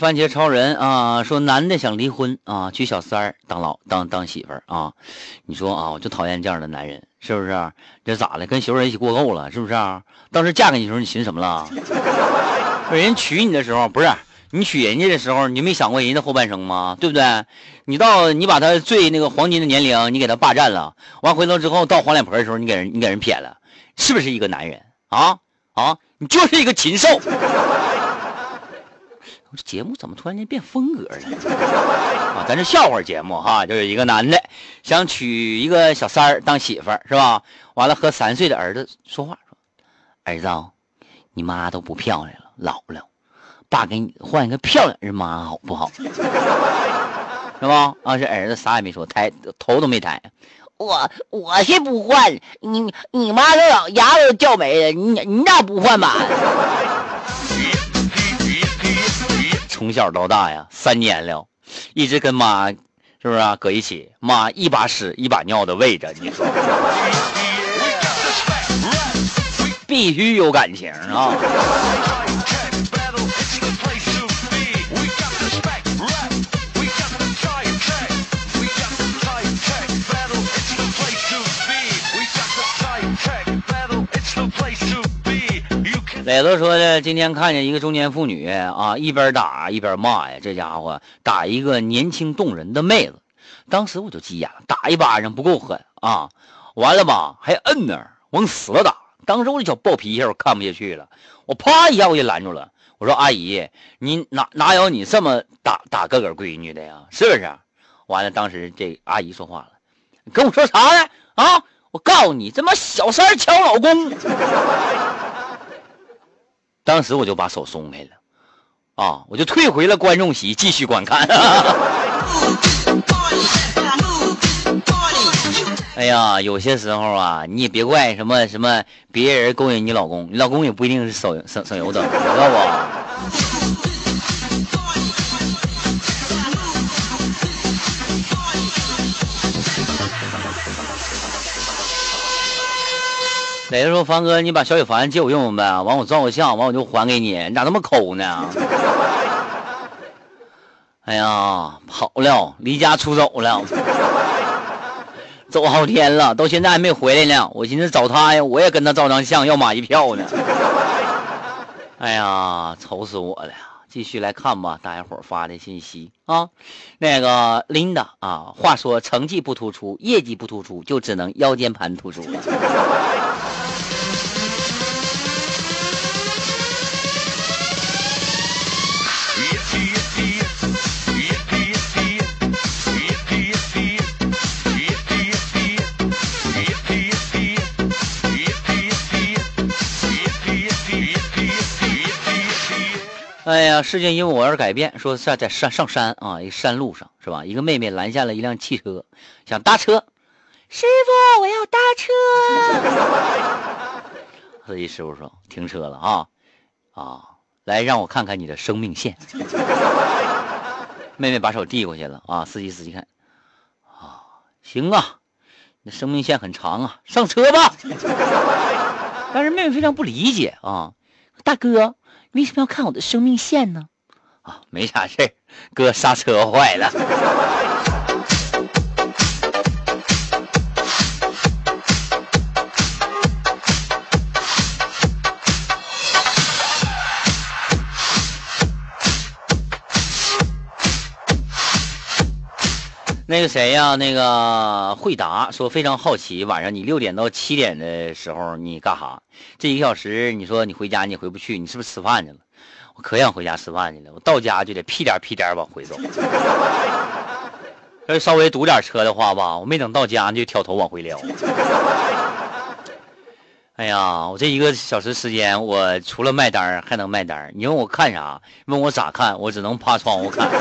番茄超人啊，说男的想离婚啊，娶小三儿当媳妇儿啊。你说啊，我就讨厌这样的男人，是不是？这咋了？跟媳妇儿一起过够了，是不是？当时嫁给你的时候，你寻思什么了？人娶你的时候，不是你娶人家的时候，你没想过人家的后半生吗？对不对？你把他最那个黄金的年龄，你给他霸占了，完回头之后到黄脸婆的时候，你给人撇了，是不是一个男人啊？你就是一个禽兽。我这节目怎么突然间变风格了啊？咱这笑话节目哈，就有一个男的想娶一个小三儿当媳妇儿，是吧？完了和3岁的儿子说话，说儿子啊，你妈都不漂亮了，老了，爸给你换一个漂亮人妈好不好？是吧？啊，这儿子啥也没说，头都没抬。我先不换，你妈都老牙都掉没了，你咋不换吧？从小到大呀，3年了，一直跟妈是不是啊搁一起，妈一把屎一把尿的喂着，你说必须有感情啊。磊子说的，今天看见一个中年妇女啊，一边打一边骂呀，这家伙打一个年轻动人的妹子，当时我就急眼了，打一巴掌不够狠啊，完了吧还摁那儿往死了打，当时我这小暴脾气我看不下去了，我啪一下我就拦住了，我说阿姨，你哪有你这么打个闺女的呀，是不是？完了，当时这阿姨说话了，跟我说啥呢啊？我告诉你，这妈小三抢老公。当时我就把手松开了，啊，我就退回了观众席继续观看。哎呀，有些时候啊，你也别怪什么别人勾引你老公，你老公也不一定是省油的，知道不？磊子说：“凡哥，你把小雪凡借我用用呗，完我照个相，完我就还给你。你咋那么抠呢？”哎呀，跑了，离家出走了，走好天了，到现在还没回来呢。我寻思找他呀，我也跟他照张相，要马一票呢。哎呀，愁死我了！继续来看吧，大家伙发的信息啊。那个 Linda 啊，话说成绩不突出，业绩不突出，就只能腰间盘突出了。哎呀，事情因为我而改变。说在上山啊，一个山路上是吧？一个妹妹拦下了一辆汽车，想搭车。师傅，我要搭车。司机师傅说停车了啊，来让我看看你的生命线。妹妹把手递过去了啊，司机仔细看啊，行啊，你的生命线很长啊，上车吧。但是妹妹非常不理解啊，大哥。为什么要看我的生命线呢？啊，没啥事儿，哥刹车坏了。那个谁呀，那个惠达说非常好奇，晚上你6点到7点的时候你干哈？这1个小时你说你回家你回不去，你是不是吃饭去了？我可想回家吃饭去了，我到家就得屁颠往回走。要稍微堵点车的话吧，我没等到家就挑头往回撩。哎呀，我这1个小时时间，我除了卖单还能卖单。你问我看啥？问我咋看？我只能趴窗户看。